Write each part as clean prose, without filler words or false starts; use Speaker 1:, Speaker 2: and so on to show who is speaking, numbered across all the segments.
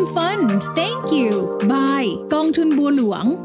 Speaker 1: Nikem Fund Thank you Bye กองทุนบัวหลวง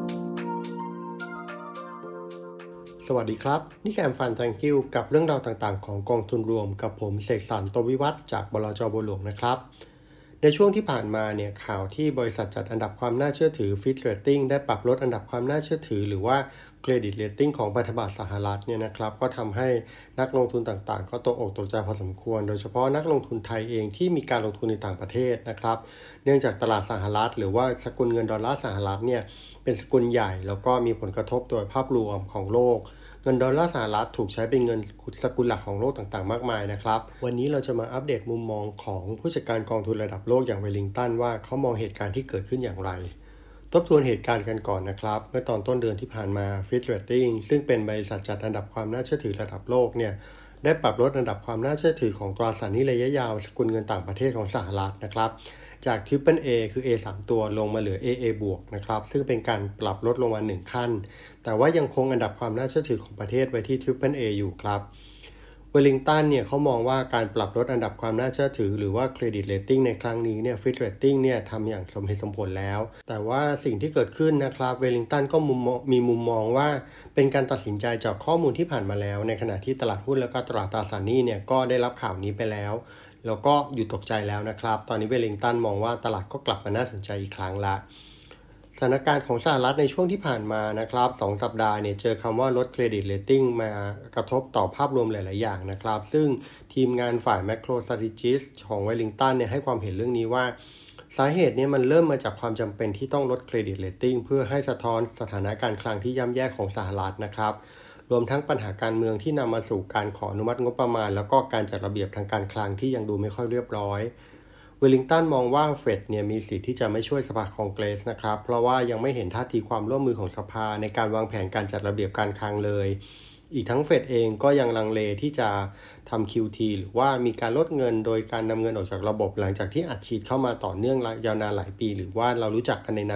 Speaker 2: สวัสดีครับนี่แคมฟัน Thank you กับเรื่องราวต่างๆของกองทุนรวมกับผมเสกสรร โตวิวัฒน์จากบลจ.บัวหลวงนะครับในช่วงที่ผ่านมาเนี่ยข่าวที่บริษัทจัดอันดับความน่าเชื่อถือ Fitch Ratings ได้ปรับลดอันดับความน่าเชื่อถือหรือว่า Credit Rating ของพันธบัตรสหรัฐเนี่ยนะครับก็ทำให้นักลงทุนต่างๆก็ตกอกตกใจพอสมควรโดยเฉพาะนักลงทุนไทยเองที่มีการลงทุนในต่างประเทศนะครับเนื่องจากตลาดสหรัฐหรือว่าสกุลเงินดอลลาร์สหรัฐเนี่ยเป็นสกุลใหญ่แล้วก็มีผลกระทบโดยภาพรวมของโลกเงินดอลลาร์สหรัฐถูกใช้เป็นเงินสกุลหลักของโลกต่างๆมากมายนะครับวันนี้เราจะมาอัปเดตมุมมองของผู้จัดการกองทุนระดับโลกอย่างเวลลิงตันว่าเขามองเหตุการณ์ที่เกิดขึ้นอย่างไรทบทวนเหตุการณ์กันก่อนนะครับเมื่อตอนต้นเดือนที่ผ่านมา Fitch Ratings ซึ่งเป็นบริษัทจัดอันดับความน่าเชื่อถือระดับโลกเนี่ยได้ปรับลดอันดับความน่าเชื่อถือของตราสารหนี้ระยะยาวสกุลเงินต่างประเทศของสหรัฐนะครับจาก Triple A คือ A 3 ตัวลงมาเหลือ AA บวกนะครับซึ่งเป็นการปรับลดลงมา1ขั้นแต่ว่ายังคงอันดับความน่าเชื่อถือของประเทศไว้ที่ Triple A อยู่ครับเวลลิงตันเนี่ยเขามองว่าการปรับลดอันดับความน่าเชื่อถือหรือว่า Credit Rating ในครั้งนี้เนี่ย Fitch Rating เนี่ยทำอย่างสมเหตุสมผลแล้วแต่ว่าสิ่งที่เกิดขึ้นนะครับเวลลิงตันก็มีมุมมองว่าเป็นการตัดสินใจจากข้อมูลที่ผ่านมาแล้วในขณะที่ตลาดหุ้นและก็ตลาดตราสารหนี้เนี่ยก็ได้รับข่าวนี้ไปแล้วก็หยุดตกใจแล้วนะครับตอนนี้เวลลิงตันมองว่าตลาดก็กลับมาน่าสนใจอีกครั้งละสถานการณ์ของสหรัฐในช่วงที่ผ่านมานะครับ2สัปดาห์เนี่ยเจอคำว่าลดเครดิตเรตติ้งมากระทบต่อภาพรวมหลายๆอย่างนะครับซึ่งทีมงานฝ่าย Macro Strategist ของเวลลิงตันเนี่ยให้ความเห็นเรื่องนี้ว่าสาเหตุเนี่ยมันเริ่มมาจากความจำเป็นที่ต้องลดเครดิตเรตติ้งเพื่อให้สะท้อนสถานการณ์คลังที่ย่ำแย่ของสหรัฐนะครับรวมทั้งปัญหาการเมืองที่นำมาสู่การขออนุมัติงบประมาณแล้วก็การจัดระเบียบทางการคลังที่ยังดูไม่ค่อยเรียบร้อยเวลลิงตันมองว่าเฟดเนี่ยมีสิทธิ์ที่จะไม่ช่วยสภาคองเกรสนะครับเพราะว่ายังไม่เห็นท่าทีความร่วมมือของสภาในการวางแผนการจัดระเบียบการคลังเลยอีกทั้งเฟดเองก็ยังลังเลที่จะทำ QT หรือว่ามีการลดเงินโดยการนำเงินออกจากระบบหลังจากที่อัดฉีดเข้ามาต่อเนื่องยาวนานหลายปีหรือว่าเรารู้จักกันในนาม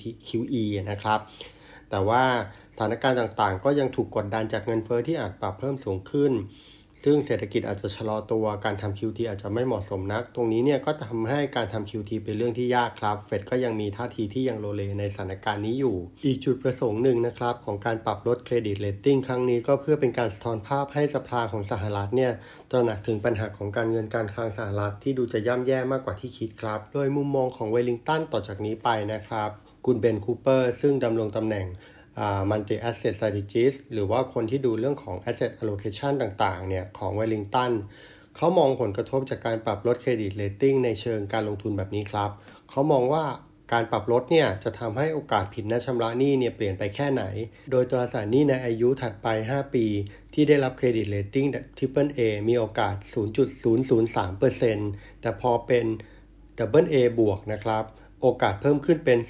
Speaker 2: QE นะครับแต่ว่าสถานการณ์ต่างๆก็ยังถูกกดดันจากเงินเฟ้อที่อาจปรับเพิ่มสูงขึ้นซึ่งเศรษฐกิจอาจจะชะลอตัวการทำ QT อาจจะไม่เหมาะสมนักตรงนี้เนี่ยก็ทำให้การทำ QT เป็นเรื่องที่ยากครับเฟดก็ยังมีท่าทีที่ยังโลเลในสถานการณ์นี้อยู่อีกจุดประสงค์หนึ่งนะครับของการปรับลดเครดิตเรตติ้งครั้งนี้ก็เพื่อเป็นการสะท้อนภาพให้สภาของสหรัฐเนี่ยตระหนักถึงปัญหาของการเงินการคลังสหรัฐที่ดูจะย่ำแย่มากกว่าที่คิดครับโดยมุมมองของเวลลิงตันต่อจากนี้ไปนะครับคุณเบนคูเปอร์ซึ่งดำรงตำแหน่งMulti Asset Strategist หรือว่าคนที่ดูเรื่องของ Asset Allocation ต่างๆเนี่ยของ Wellington เขามองผลกระทบจากการปรับลดเครดิตเรตติ้งในเชิงการลงทุนแบบนี้ครับเขามองว่าการปรับลดเนี่ยจะทำให้โอกาสผิดนัดชำระหนี้เนี่ยเปลี่ยนไปแค่ไหนโดยตราสารหนี้ในอายุถัดไป5ปีที่ได้รับเครดิตเรตติ้ง Triple A มีโอกาส 0.003% แต่พอเป็น Double A บวกนะครับโอกาสเพิ่มขึ้นเป็น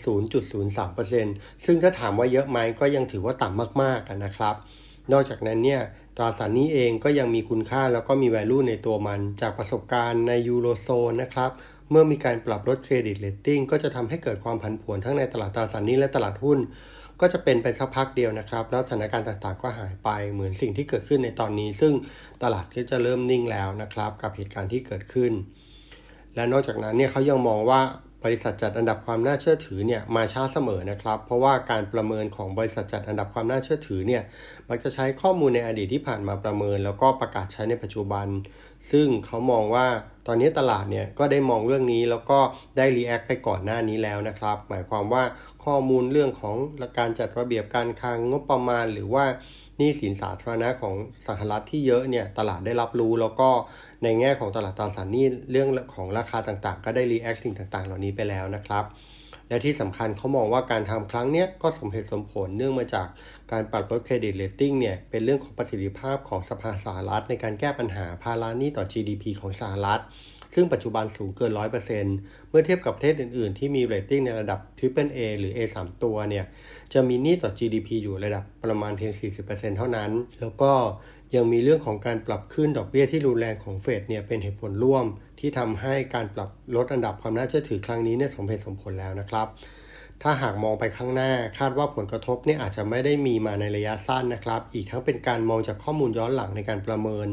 Speaker 2: 0.03% ซึ่งถ้าถามว่าเยอะไหมก็ยังถือว่าต่ำมากๆนะครับนอกจากนั้นเนี่ยตราสารหนี้เองก็ยังมีคุณค่าแล้วก็มี value ในตัวมันจากประสบการณ์ในยูโรโซนนะครับเมื่อมีการปรับลดเครดิตเรตติ้งก็จะทำให้เกิดความผันผวนทั้งในตลาดตราสารหนี้และตลาดหุ้นก็จะเป็นไปสักพักเดียวนะครับแล้วสถานการณ์ต่างๆก็หายไปเหมือนสิ่งที่เกิดขึ้นในตอนนี้ซึ่งตลาดก็จะเริ่มนิ่งแล้วนะครับกับเหตุการณ์ที่เกิดขึ้นและนอกจากนั้นเนี่ยเขายังมองว่าบริษัทจัดอันดับความน่าเชื่อถือเนี่ยมาช้าเสมอนะครับเพราะว่าการประเมินของบริษัทจัดอันดับความน่าเชื่อถือเนี่ยมักจะใช้ข้อมูลในอดีตที่ผ่านมาประเมินแล้วก็ประกาศใช้ในปัจจุบันซึ่งเขามองว่าตอนนี้ตลาดเนี่ยก็ได้มองเรื่องนี้แล้วก็ได้รีแอคไปก่อนหน้านี้แล้วนะครับหมายความว่าข้อมูลเรื่องของการจัดระเบียบการคลังงบประมาณหรือว่าหนี้สินสาธารณะของสหรัฐที่เยอะเนี่ยตลาดได้รับรู้แล้วก็ในแง่ของตลาดตราสารหนี้เรื่องของราคาต่างๆก็ได้รีแอคสิ่งต่างๆเหล่านี้ไปแล้วนะครับและที่สำคัญเขามองว่าการทำครั้งนี้ก็สมเหตุสมผลเนื่องมาจากการปรับลดเครดิตเรตติ้งเนี่ยเป็นเรื่องของประสิทธิภาพของสภาสหรัฐในการแก้ปัญหาภาระหนี้ต่อ GDP ของสหรัฐซึ่งปัจจุบันสูงเกิน 100% เมื่อเทียบกับประเทศอื่นๆที่มีเรตติ้งในระดับ Triple A หรือ A 3 ตัวเนี่ยจะมีหนี้ต่อ GDP อยู่ระดับประมาณเพียง 40% เท่านั้นแล้วก็ยังมีเรื่องของการปรับขึ้นดอกเบี้ยที่รุนแรงของเฟดเนี่ยเป็นเหตุผลร่วมที่ทำให้การปรับลดอันดับความน่าเชื่อถือครั้งนี้เนี่ยสมเหตุสมผลแล้วนะครับถ้าหากมองไปข้างหน้าคาดว่าผลกระทบเนี่ยอาจจะไม่ได้มีมาในระยะสั้นนะครับอีกทั้งเป็นการมองจากข้อมูลย้อนหลังในการประเมิน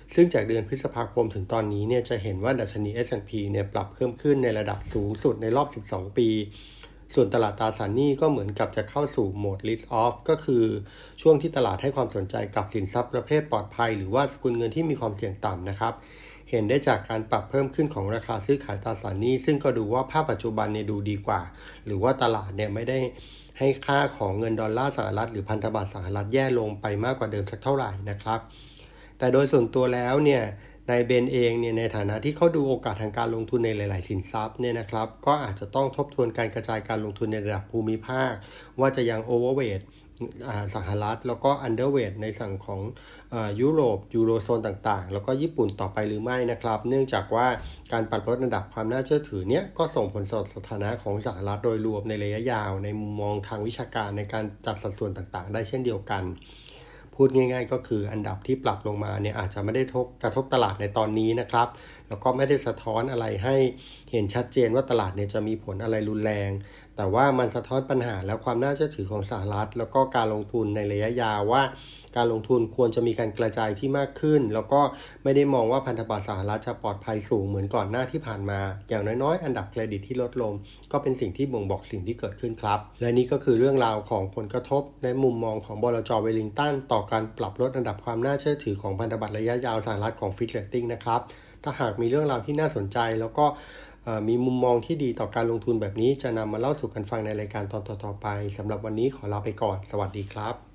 Speaker 2: ซึ่งจากเดือนพฤษภาคมถึงตอนนี้เนี่ยจะเห็นว่าดัชนี S&P เนี่ยปรับเพิ่มขึ้นในระดับสูงสุดในรอบ 12 ปีส่วนตลาดตราสารหนี้ก็เหมือนกับจะเข้าสู่โหมด risk off ก็คือช่วงที่ตลาดให้ความสนใจกับสินทรัพย์ประเภทปลอดภัยหรือว่าสกุลเงินที่มีความเสี่ยงต่ำนะครับเห็นได้จากการปรับเพิ่มขึ้นของราคาซื้อขายตราสารหนี้ซึ่งก็ดูว่าภาพปัจจุบันเนี่ยดูดีกว่าหรือว่าตลาดเนี่ยไม่ได้ให้ค่าของเงินดอลลาร์สหรัฐหรือพันธบัตรสหรัฐแย่ลงไปมากกว่าเดิมสักเท่าไหร่นะครับแต่โดยส่วนตัวแล้วเนี่ยนายเบนเองเนี่ยในฐานะที่เขาดูโอกาสทางการลงทุนในหลายๆสินทรัพย์เนี่ยนะครับก็อาจจะต้องทบทวนการกระจายการลงทุนในระดับภูมิภาคว่าจะยังโอเวอร์เวทสหรัฐแล้วก็อันเดอร์เวทในฝั่งของยุโรปยูโรโซนต่างๆแล้วก็ญี่ปุ่นต่อไปหรือไม่นะครับเนื่องจากว่าการปรับลดระดับความน่าเชื่อถือเนี้ยก็ส่งผลต่อสถานะของสหรัฐโดยรวมในระยะยาวในมุมมองทางวิชาการในการจัดสัดส่วนต่างๆได้เช่นเดียวกันพูดง่ายๆก็คืออันดับที่ปรับลงมาเนี่ยอาจจะไม่ได้กระทบตลาดในตอนนี้นะครับแล้วก็ไม่ได้สะท้อนอะไรให้เห็นชัดเจนว่าตลาดเนี่ยจะมีผลอะไรรุนแรงแต่ว่ามันสะท้อนปัญหาและความน่าเชื่อถือของสหรัฐแล้วก็การลงทุนในระยะยาวว่าการลงทุนควรจะมีการกระจายที่มากขึ้นแล้วก็ไม่ได้มองว่าพันธบัตรสหรัฐจะปลอดภัยสูงเหมือนก่อนหน้าที่ผ่านมาอย่างน้อยๆอันดับเครดิตที่ลดลงก็เป็นสิ่งที่บ่งบอกสิ่งที่เกิดขึ้นครับและนี่ก็คือเรื่องราวของผลกระทบและมุมมองของบลจ.เวลลิงตันต่อการปรับลดอันดับความน่าเชื่อถือของพันธบัตรระยะยาวสหรัฐของ Fitch Ratings นะครับถ้าหากมีเรื่องราวที่น่าสนใจแล้วก็มีมุมมองที่ดีต่อการลงทุนแบบนี้จะนำมาเล่าสู่กันฟังในรายการตอนต่อๆไปสำหรับวันนี้ขอลาไปก่อนสวัสดีครับ